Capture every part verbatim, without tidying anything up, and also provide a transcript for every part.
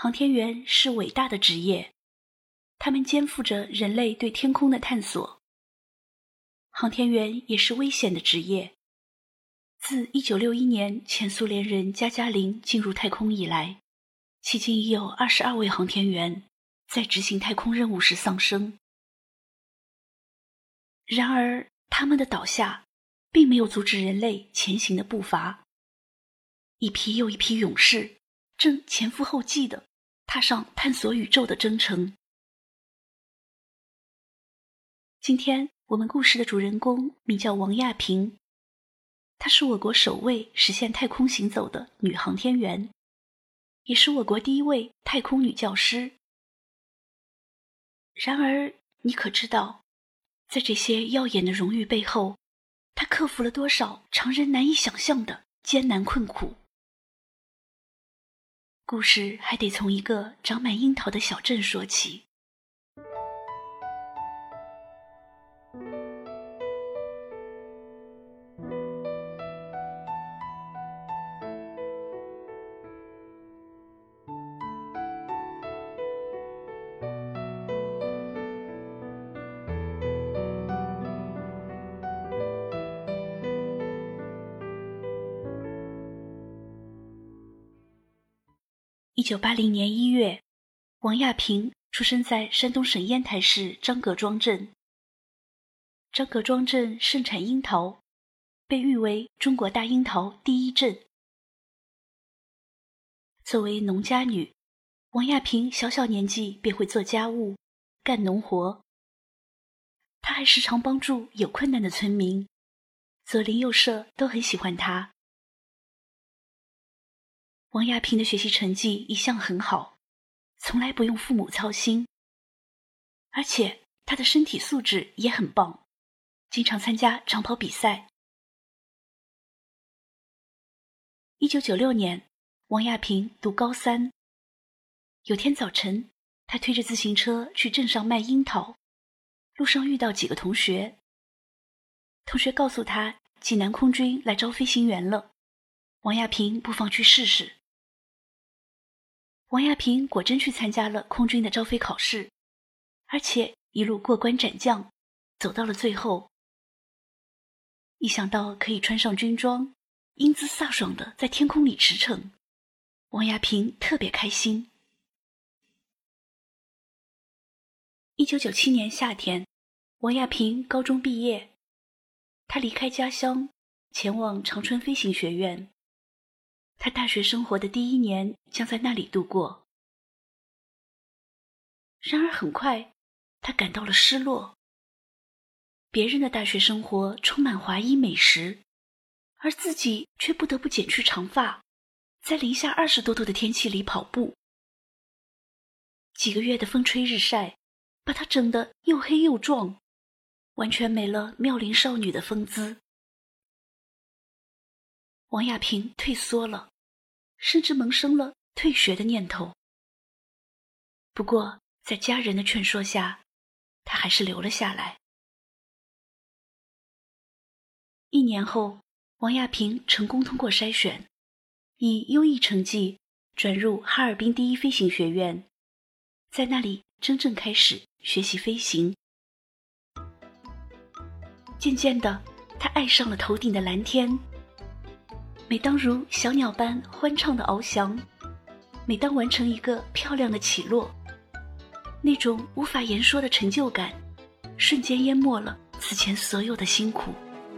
航天员是伟大的职业，他们肩负着人类对天空的探索。航天员也是危险的职业。自一九六一年前苏联人加加林进入太空以来，迄今已有二十二位航天员在执行太空任务时丧生。然而，他们的倒下并没有阻止人类前行的步伐。一批又一批勇士正前赴后继地踏上探索宇宙的征程。今天我们故事的主人公名叫王亚平，她是我国首位实现太空行走的女航天员，也是我国第一位太空女教师。然而，你可知道，在这些耀眼的荣誉背后，她克服了多少常人难以想象的艰难困苦？故事还得从一个长满樱桃的小镇说起。一九八零年一月，王亚平出生在山东省烟台市张葛庄镇。张葛庄镇盛产樱桃，被誉为中国大樱桃第一镇。作为农家女，王亚平小小年纪便会做家务、干农活。她还时常帮助有困难的村民，左邻右舍都很喜欢她。王亚平的学习成绩一向很好，从来不用父母操心，而且她的身体素质也很棒，经常参加长跑比赛。一九九六年，王亚平读高三。有天早晨，她推着自行车去镇上卖樱桃，路上遇到几个同学。同学告诉她，济南空军来招飞行员了，王亚平不妨去试试。王亚平果真去参加了空军的招飞考试，而且一路过关斩将，走到了最后。一想到可以穿上军装，英姿飒爽地在天空里驰骋，王亚平特别开心。一九九七年夏天，王亚平高中毕业，她离开家乡，前往长春飞行学院。他大学生活的第一年将在那里度过。然而很快，他感到了失落。别人的大学生活充满华衣美食，而自己却不得不剪去长发，在零下二十多度的天气里跑步。几个月的风吹日晒，把他整得又黑又壮，完全没了妙龄少女的风姿。王亚平退缩了，甚至萌生了退学的念头。不过在家人的劝说下，他还是留了下来。一年后，王亚平成功通过筛选，以优异成绩转入哈尔滨第一飞行学院，在那里真正开始学习飞行。渐渐的，他爱上了头顶的蓝天。每当如小鸟般欢畅的翱翔，每当完成一个漂亮的起落，那种无法言说的成就感，瞬间淹没了此前所有的辛苦。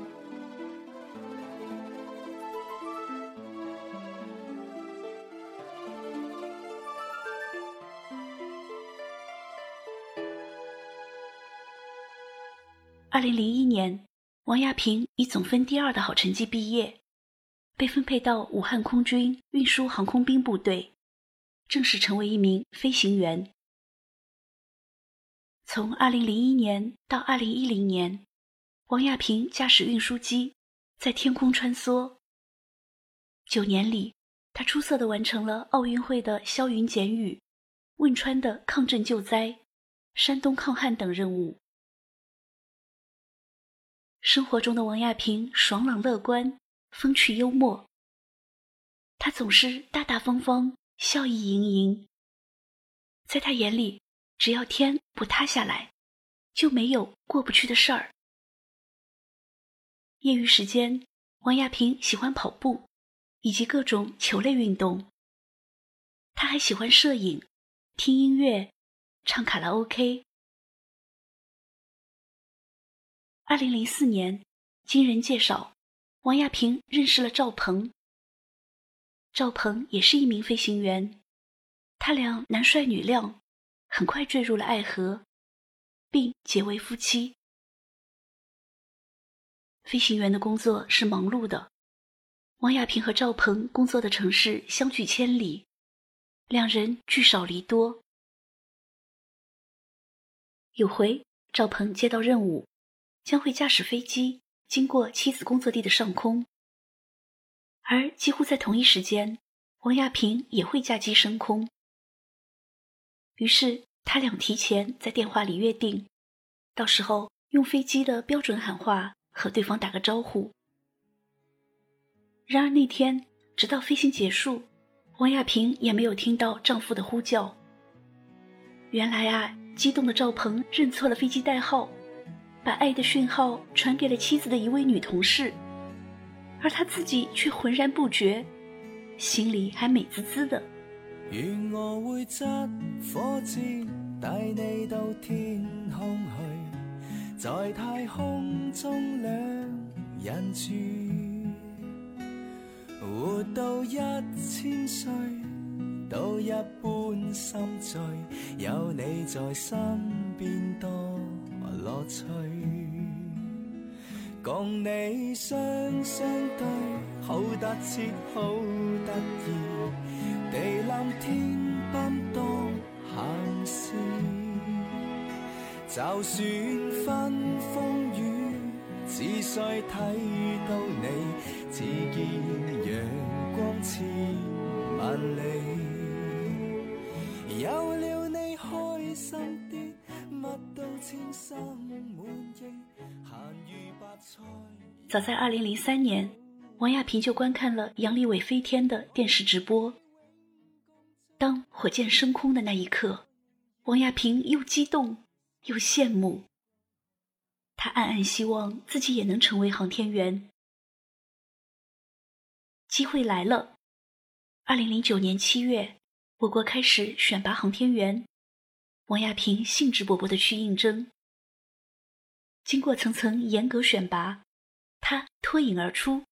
二零零一年，王亚平以总分第二的好成绩毕业，被分配到武汉空军运输航空兵部队，正式成为一名飞行员。从二零零一年到二零一零年，王亚平驾驶运输机在天空穿梭。九年里，他出色地完成了奥运会的消云减雨、汶川的抗震救灾、山东抗旱等任务。生活中的王亚平爽朗乐观，风趣幽默。他总是大大方方，笑意盈盈， 在他眼里，只要天不塌下来，就没有过不去的事儿。业余时间，王亚平喜欢跑步，以及各种球类运动。他还喜欢摄影、听音乐、唱卡拉 OK。二零零四年，经人介绍，王亚平认识了赵鹏。赵鹏也是一名飞行员，他俩男帅女靓，很快坠入了爱河，并结为夫妻。飞行员的工作是忙碌的，王亚平和赵鹏工作的城市相距千里，两人聚少离多。有回，赵鹏接到任务，将会驾驶飞机经过妻子工作地的上空，而几乎在同一时间，王亚平也会驾机升空。于是他俩提前在电话里约定，到时候用飞机的标准喊话和对方打个招呼。然而那天直到飞行结束，王亚平也没有听到丈夫的呼叫。原来啊，激动的赵鹏认错了飞机代号，把爱的讯号传给了妻子的一位女同事，而他自己却浑然不觉，心里还美滋滋的。 愿我会执火箭带你到天空去，在太空中两人住，活到一千岁都一般心醉，有你在身边多乐趣，共你双相对，好得切好得意，地冧天崩當閒事，就算分風雨，只需睇到你，只見陽光似萬里。有了你開心啲，乜都千心滿意，閒如白菜。 早在二零零三年，王亚平就观看了杨利伟飞天的电视直播。当火箭升空的那一刻，王亚平又激动又羡慕，他暗暗希望自己也能成为航天员。机会来了，二零零九年七月，我国开始选拔航天员，王亚平兴致勃勃地去应征。经过层层严格选拔，他脱颖而出。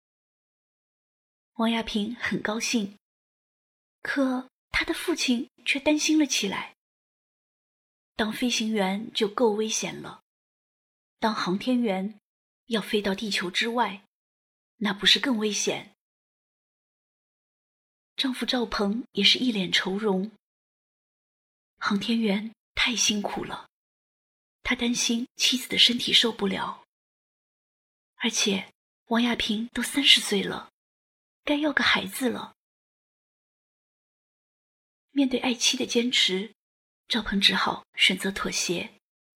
王亚平很高兴，可他的父亲却担心了起来。当飞行员就够危险了，当航天员要飞到地球之外，那不是更危险？丈夫赵鹏也是一脸愁容。航天员太辛苦了，他担心妻子的身体受不了。而且王亚平都三十岁了，该要个孩子了。面对爱妻的坚持，赵鹏只好选择妥协。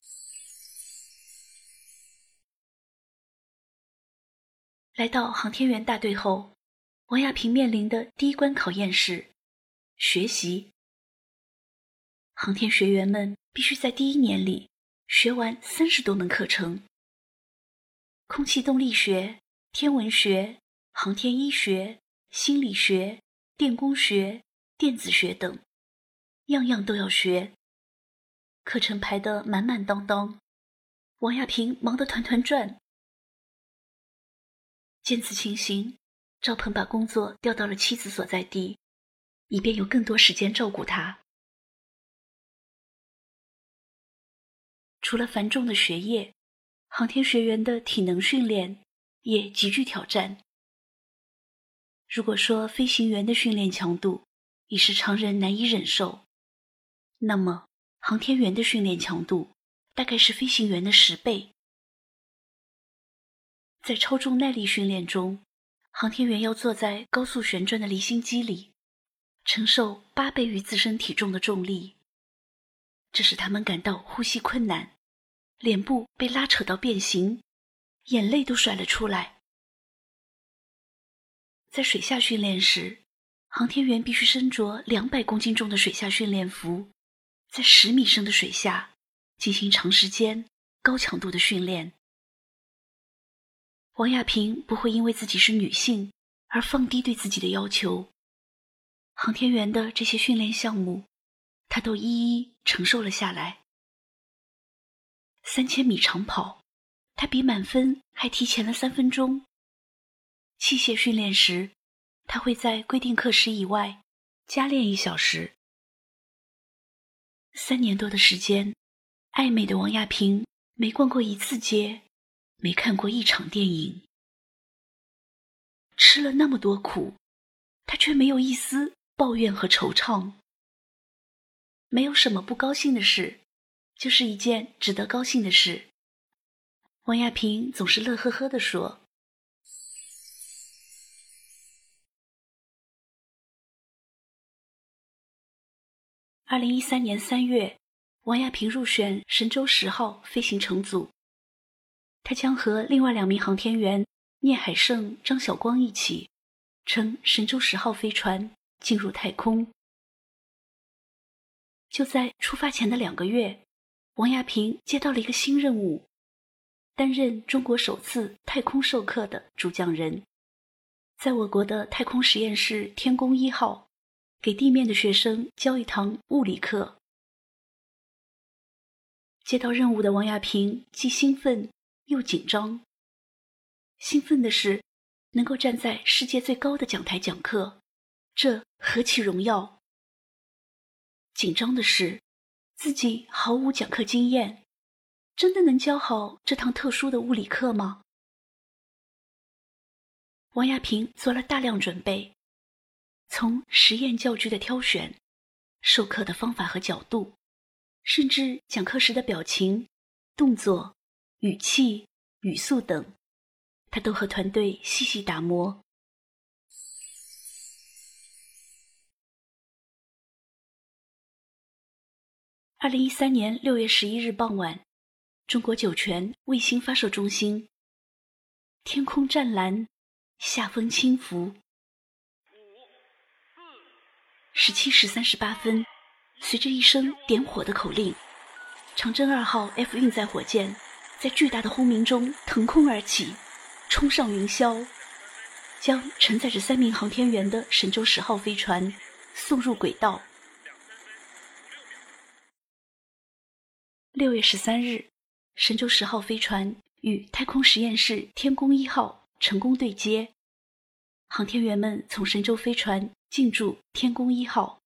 来到航天员大队后，王亚平面临的第一关考验是学习。航天学员们必须在第一年里学完三十多门课程，空气动力学、天文学、航天医学、心理学、电工学、电子学等，样样都要学。课程排得满满当当，王亚平忙得团团转。见此情形，赵鹏把工作调到了妻子所在地，以便有更多时间照顾她。除了繁重的学业，航天学员的体能训练也极具挑战。如果说飞行员的训练强度已是常人难以忍受，那么航天员的训练强度大概是飞行员的十倍。在超重耐力训练中，航天员要坐在高速旋转的离心机里，承受八倍于自身体重的重力，这使他们感到呼吸困难，脸部被拉扯到变形，眼泪都甩了出来。在水下训练时，航天员必须身着两百公斤重的水下训练服， 在十米深的水下进行长时间、高强度的训练。王亚平不会因为自己是女性而放低对自己的要求，航天员的这些训练项目，她都一一承受了下来。三千米长跑，她比满分还提前了三分钟。器械训练时，她会在规定课时以外加练一小时。三年多的时间，爱美的王亚平没逛过一次街，没看过一场电影。吃了那么多苦，她却没有一丝抱怨和惆怅。没有什么不高兴的事，就是一件值得高兴的事。王亚平总是乐呵呵地说。二零一三年三月，王亚平入选神舟十号飞行乘组，他将和另外两名航天员聂海胜、张晓光一起乘神舟十号飞船进入太空。就在出发前的两个月，王亚平接到了一个新任务，担任中国首次太空授课的主讲人，在我国的太空实验室天宫一号给地面的学生教一堂物理课。接到任务的王亚平既兴奋又紧张。兴奋的是能够站在世界最高的讲台讲课，这何其荣耀！紧张的是自己毫无讲课经验，真的能教好这堂特殊的物理课吗？王亚平做了大量准备，从实验教具的挑选、授课的方法和角度，甚至讲课时的表情、动作、语气、语速等，他都和团队细细打磨。二零一三年六月十一日傍晚，中国酒泉卫星发射中心，天空湛蓝，夏风轻拂。十七时三十八分，随着一声点火的口令，长征二号 F 运载火箭在巨大的轰鸣中腾空而起，冲上云霄，将承载着三名航天员的神舟十号飞船送入轨道。六月十三日，神舟十号飞船与太空实验室天宫一号成功对接，航天员们从神舟飞船进驻天宫一号。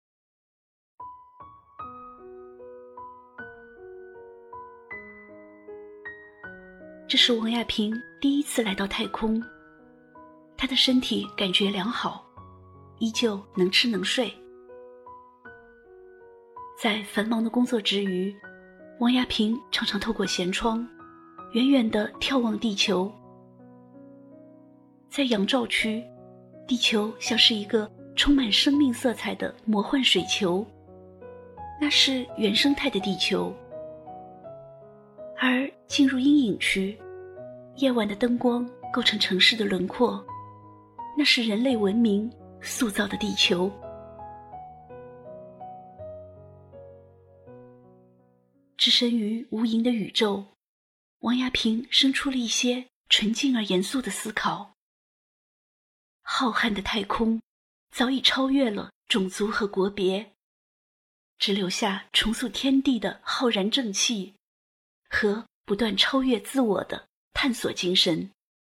这是王亚平第一次来到太空，他的身体感觉良好，依旧能吃能睡。在繁忙的工作之余，王亚平常常透过舷窗远远地眺望地球。在阳照区，地球像是一个充满生命色彩的魔幻水球，那是原生态的地球。而进入阴影区，夜晚的灯光构成城市的轮廓，那是人类文明塑造的地球。置身于无垠的宇宙，王亚平生出了一些纯净而严肃的思考。浩瀚的太空早已超越了种族和国别，只留下重塑天地的浩然正气和不断超越自我的探索精神。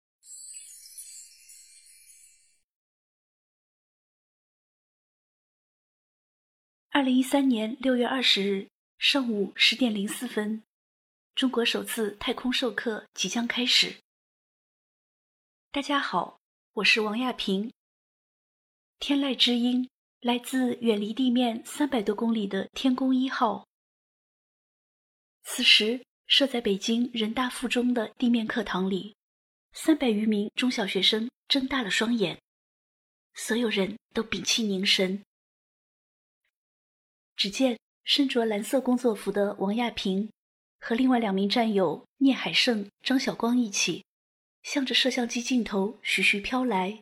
二零一三年六月二十日上午十点零四分，中国首次太空授课即将开始。大家好，我是王亚平。天籁之音来自远离地面三百多公里的天宫一号。此时，设在北京人大附中的地面课堂里，三百余名中小学生睁大了双眼，所有人都屏气凝神。只见身着蓝色工作服的王亚平和另外两名战友聂海胜、张晓光一起向着摄像机镜头徐徐飘来。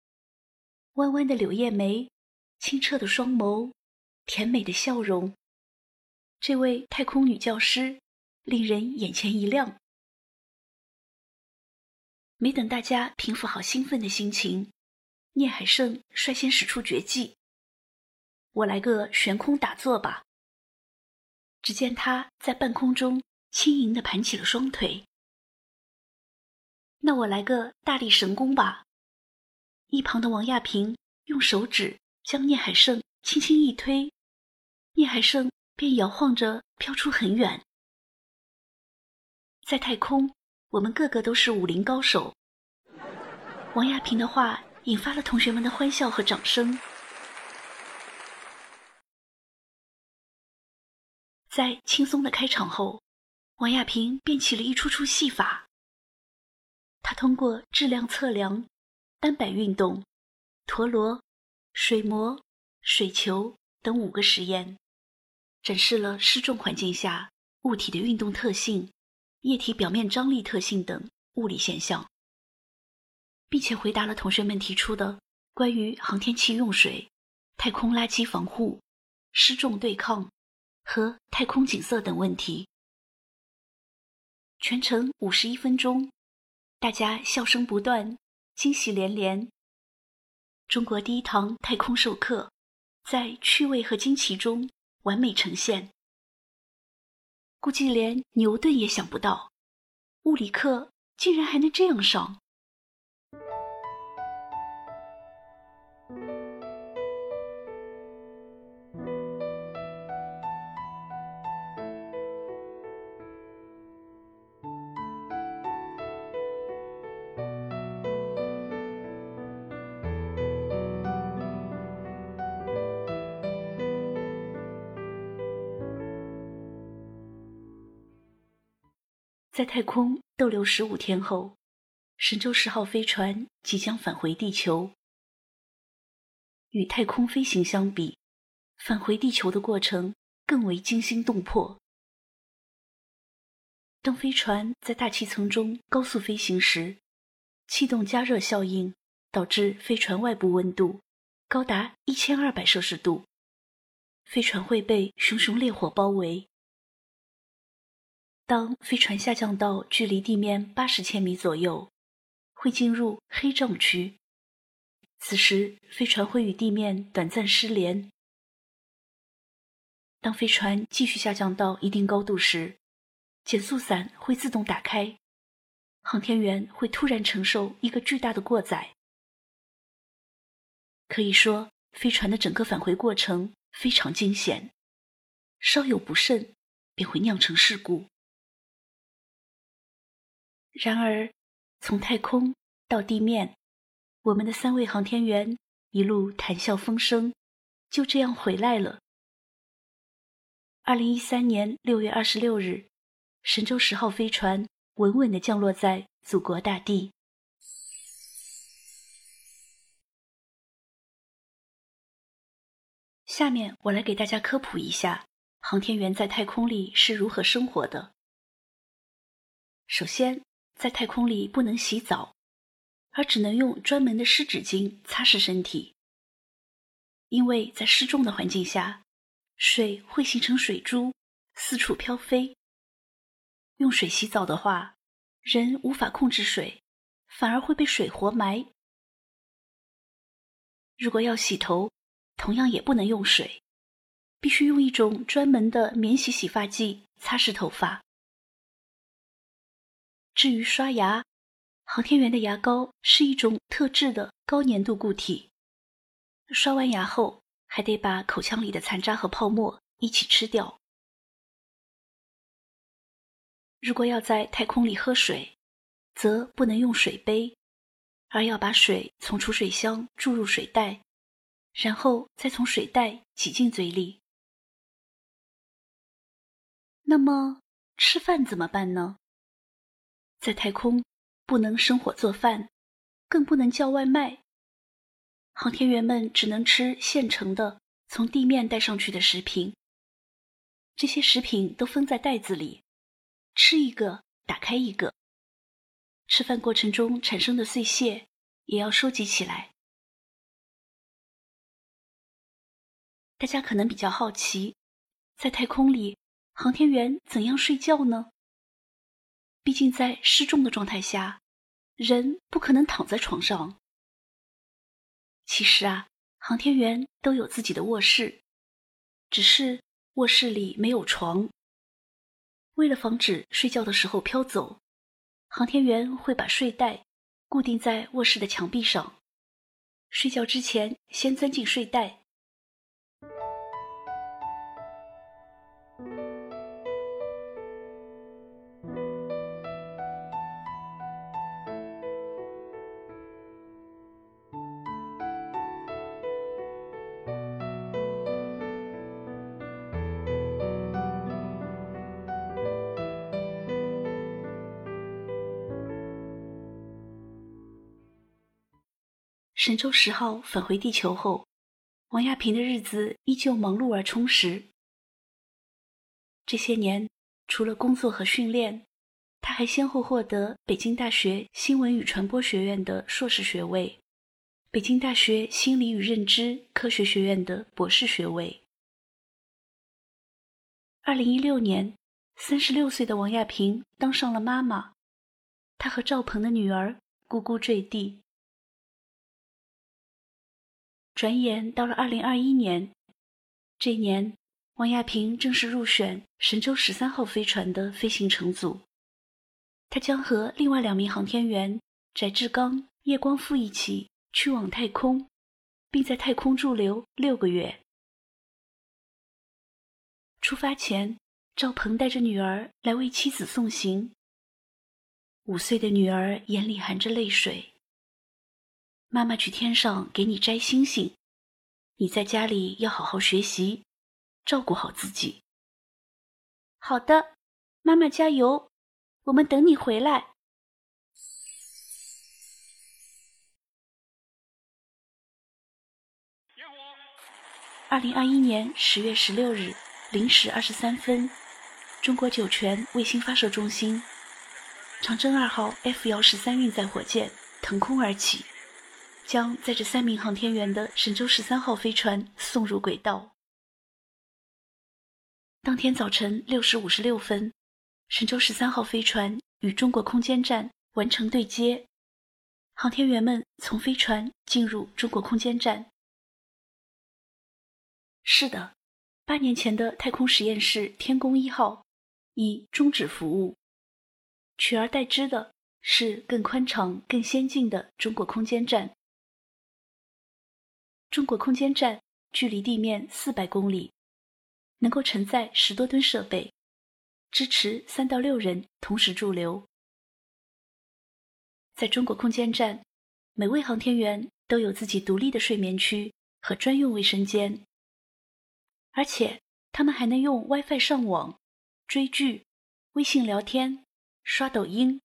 弯弯的柳叶眉，清澈的双眸，甜美的笑容， 这位太空女教师令人眼前一亮。没等大家平复好兴奋的心情，聂海胜率先使出绝技，我来个悬空打坐吧。只见他在半空中轻盈地盘起了双腿。那我来个大力神功吧。一旁的王亚平用手指将聂海胜轻轻一推，聂海胜便摇晃着飘出很远。在太空，我们个个都是武林高手。王亚平的话引发了同学们的欢笑和掌声。在轻松的开场后，王亚平便起了一出出戏法。他通过质量测量、单摆运动、陀螺、水膜、水球等五个实验，展示了失重环境下物体的运动特性、液体表面张力特性等物理现象，并且回答了同学们提出的关于航天器用水、太空垃圾防护、失重对抗和太空景色等问题。全程五十一分钟，大家笑声不断，惊喜连连。中国第一堂太空授课在趣味和惊奇中完美呈现。估计连牛顿也想不到，物理课竟然还能这样上。在太空逗留十五天后，神舟十号飞船即将返回地球。与太空飞行相比，返回地球的过程更为惊心动魄。当飞船在大气层中高速飞行时，气动加热效应导致飞船外部温度高达一千二百摄氏度，飞船会被熊熊烈火包围。当飞船下降到距离地面八十千米左右，会进入黑障区。此时，飞船会与地面短暂失联。当飞船继续下降到一定高度时，减速伞会自动打开，航天员会突然承受一个巨大的过载。可以说，飞船的整个返回过程非常惊险，稍有不慎便会酿成事故。然而，从太空到地面，我们的三位航天员一路谈笑风生，就这样回来了。二零一三年六月二十六日，神舟十号飞船稳稳地降落在祖国大地。下面我来给大家科普一下，航天员在太空里是如何生活的。首先，在太空里不能洗澡，而只能用专门的湿纸巾擦拭身体。因为在失重的环境下，水会形成水珠，四处飘飞。用水洗澡的话，人无法控制水，反而会被水活埋。如果要洗头，同样也不能用水，必须用一种专门的免洗洗发剂擦拭头发。至于刷牙，航天员的牙膏是一种特制的高粘度固体，刷完牙后还得把口腔里的残渣和泡沫一起吃掉。如果要在太空里喝水，则不能用水杯，而要把水从储水箱注入水袋，然后再从水袋挤进嘴里。那么吃饭怎么办呢？在太空不能生火做饭，更不能叫外卖。航天员们只能吃现成的从地面带上去的食品。这些食品都封在袋子里，吃一个打开一个。吃饭过程中产生的碎屑也要收集起来。大家可能比较好奇，在太空里航天员怎样睡觉呢？毕竟在失重的状态下，人不可能躺在床上。其实啊，航天员都有自己的卧室，只是卧室里没有床。为了防止睡觉的时候飘走，航天员会把睡袋固定在卧室的墙壁上，睡觉之前先钻进睡袋。神舟十号返回地球后，王亚平的日子依旧忙碌而充实。这些年，除了工作和训练，他还先后获得北京大学新闻与传播学院的硕士学位，北京大学心理与认知科学学院的博士学位。二零一六年，三十六岁的王亚平当上了妈妈，她和赵鹏的女儿咕咕坠地。转眼到了二零二一年，这年王亚平正式入选神舟十三号飞船的飞行乘组，他将和另外两名航天员翟志刚、叶光富一起去往太空，并在太空驻留六个月。出发前，赵鹏带着女儿来为妻子送行。五岁的女儿眼里含着泪水。妈妈去天上给你摘星星，你在家里要好好学习，照顾好自己。好的，妈妈加油，我们等你回来。二零二一年十月十六日零时二十三分，中国酒泉卫星发射中心，长征二号 F 幺十三运载火箭腾空而起，将载着三名航天员的神舟十三号飞船送入轨道。当天早晨六时五十六分，神舟十三号飞船与中国空间站完成对接，航天员们从飞船进入中国空间站。是的，八年前的太空实验室天宫一号已终止服务，取而代之的是更宽敞、更先进的中国空间站。中国空间站距离地面四百公里，能够承载十多吨设备，支持三到六人同时驻留。在中国空间站，每位航天员都有自己独立的睡眠区和专用卫生间，而且他们还能用 WiFi 上网、追剧、微信聊天、刷抖音。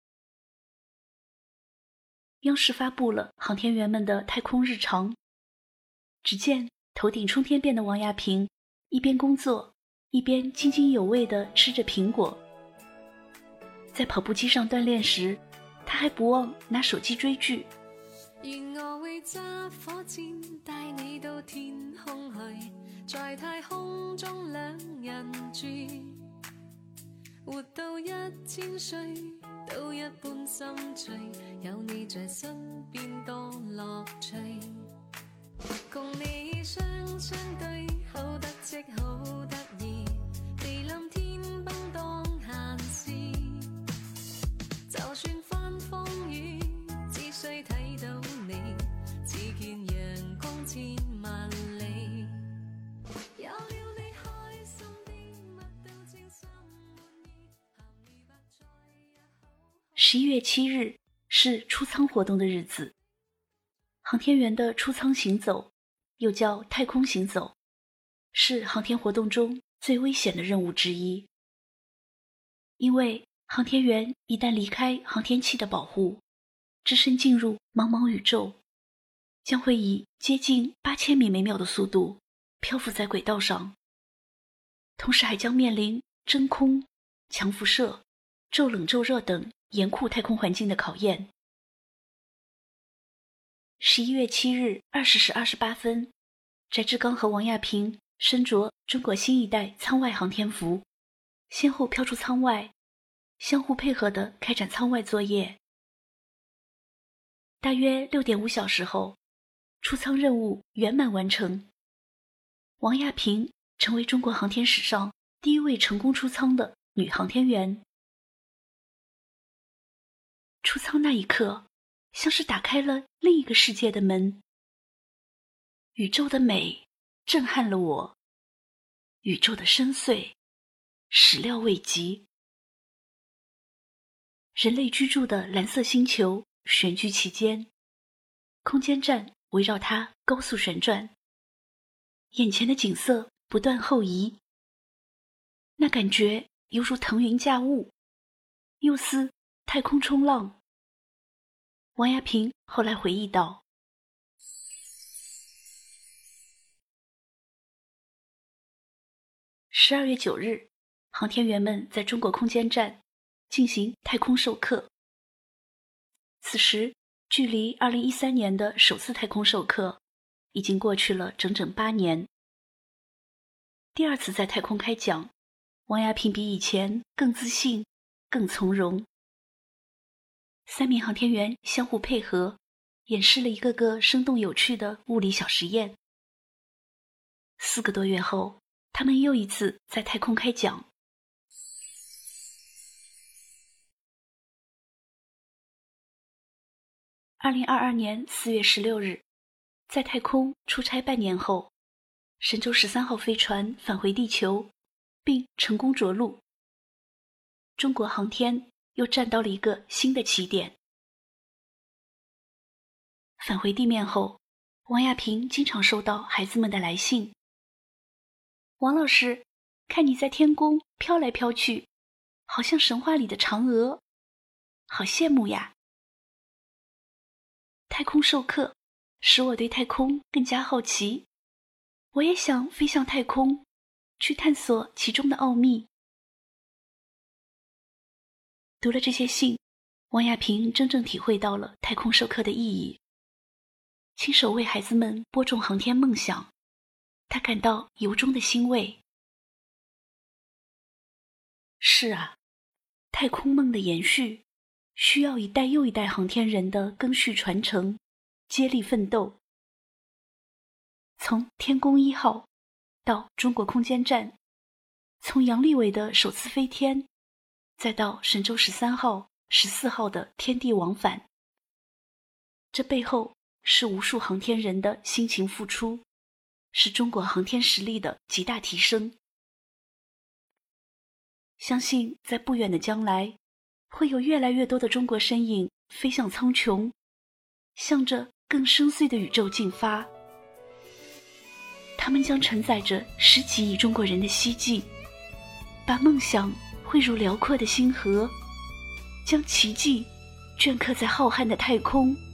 央视发布了航天员们的太空日常，只见头顶冲天辫的王亚平一边工作，一边津津有味地吃着苹果。在跑步机上锻炼时，他还不忘拿手机追剧。 愿我会揸火箭帶你到天空去，在太空中兩人住，活到一千歲都一般心醉，有你在身邊多樂趣，共你雙雙對好得戚好得意，地冧天崩當閒事，就算翻風雨只需睇到你，只見陽光千萬里，有了你開心的乜都稱心滿意，鹹魚白菜也好。 十一月七日是出艙活动的日子。航天员的出舱行走，又叫太空行走，是航天活动中最危险的任务之一。因为航天员一旦离开航天器的保护，只身进入茫茫宇宙，将会以接近八千米每秒的速度漂浮在轨道上，同时还将面临真空、强辐射、骤冷骤热等严酷太空环境的考验。十一月七日二十时二十八分，翟志刚和王亚平身着中国新一代舱外航天服， 先后飘出舱外，相互配合地开展舱外作业。大约六点五小时后，出舱任务圆满完成。王亚平成为中国航天史上第一位成功出舱的女航天员。出舱那一刻，像是打开了另一个世界的门。宇宙的美震撼了我，宇宙的深邃始料未及。人类居住的蓝色星球悬居其间，空间站围绕它高速旋转，眼前的景色不断后移，那感觉犹如腾云驾雾，又似太空冲浪。王亚平后来回忆道，十二月九日，航天员们在中国空间站进行太空授课。此时距离二零一三年的首次太空授课已经过去了整整八年。第二次在太空开讲，王亚平比以前更自信，更从容。三名航天员相互配合，演示了一个个生动有趣的物理小实验。四个多月后，他们又一次在太空开讲。二零二二年四月十六日，在太空出差半年后，神舟十三号飞船返回地球，并成功着陆。中国航天又站到了一个新的起点。返回地面后，王亚平经常收到孩子们的来信。王老师，看你在天宫飘来飘去，好像神话里的嫦娥，好羡慕呀。太空授课使我对太空更加好奇，我也想飞向太空，去探索其中的奥秘。读了这些信，王亚平真正体会到了太空授课的意义。亲手为孩子们播种航天梦想，他感到由衷的欣慰。是啊，太空梦的延续需要一代又一代航天人的赓续传承，接力奋斗。从天宫一号到中国空间站，从杨利伟的首次飞天，再到神舟十三号、十四号的天地往返，这背后是无数航天人的辛勤付出，是中国航天实力的极大提升。相信在不远的将来，会有越来越多的中国身影飞向苍穹，向着更深邃的宇宙进发。他们将承载着十几亿中国人的希冀，把梦想汇入辽阔的星河，将奇迹镌刻在浩瀚的太空。